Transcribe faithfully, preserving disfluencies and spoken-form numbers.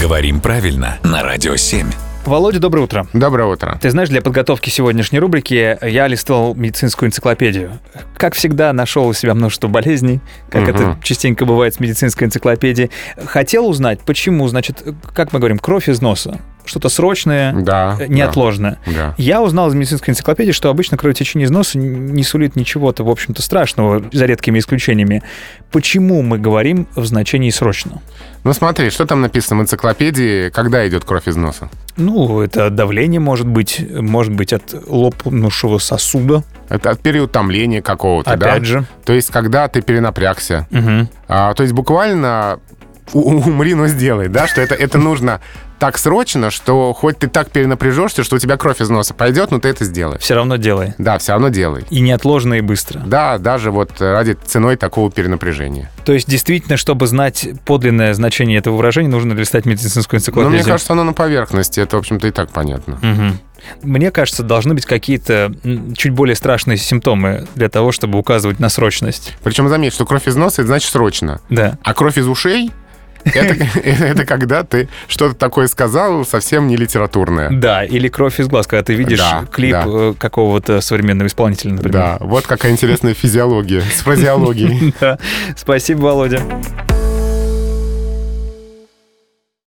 Говорим правильно на Радио семь. Володя, доброе утро. Доброе утро. Ты знаешь, для подготовки сегодняшней рубрики я листал медицинскую энциклопедию. Как всегда, нашел у себя множество болезней, как угу. это частенько бывает с медицинской энциклопедией. Хотел узнать, почему, значит, как мы говорим, кровь из носа. Что-то срочное, да, неотложное. Да, да. Я узнал из медицинской энциклопедии, что обычно кровотечение из носа не сулит ничего-то, в общем-то, страшного, за редкими исключениями. Почему мы говорим в значении «срочно»? Ну смотри, что там написано в энциклопедии, когда идет кровь из носа? Ну, это давление может быть, может быть от лопнувшего сосуда. Это от переутомления какого-то, Опять да? Опять же. То есть, когда ты перенапрягся. Угу. А, то есть, буквально умри, но сделай, да? Что это, это нужно так срочно, что хоть ты так перенапряжешься, что у тебя кровь из носа пойдет, но ты это сделаешь. Все равно делай. Да, все равно делай. И неотложно, и быстро. Да, даже вот ради ценой такого перенапряжения. То есть, действительно, чтобы знать подлинное значение этого выражения, нужно листать медицинскую энциклопедию? Ну, мне кажется, оно на поверхности. Это, в общем-то, и так понятно. Угу. Мне кажется, должны быть какие-то чуть более страшные симптомы для того, чтобы указывать на срочность. Причем заметь, что кровь из носа, это значит срочно. Да. А кровь из ушей... Это, это когда ты что-то такое сказал, совсем не литературное. Да, или кровь из глаз, когда ты видишь да, клип да. какого-то современного исполнителя, например. Да, вот какая интересная физиология с фразеологией. Спасибо, Володя.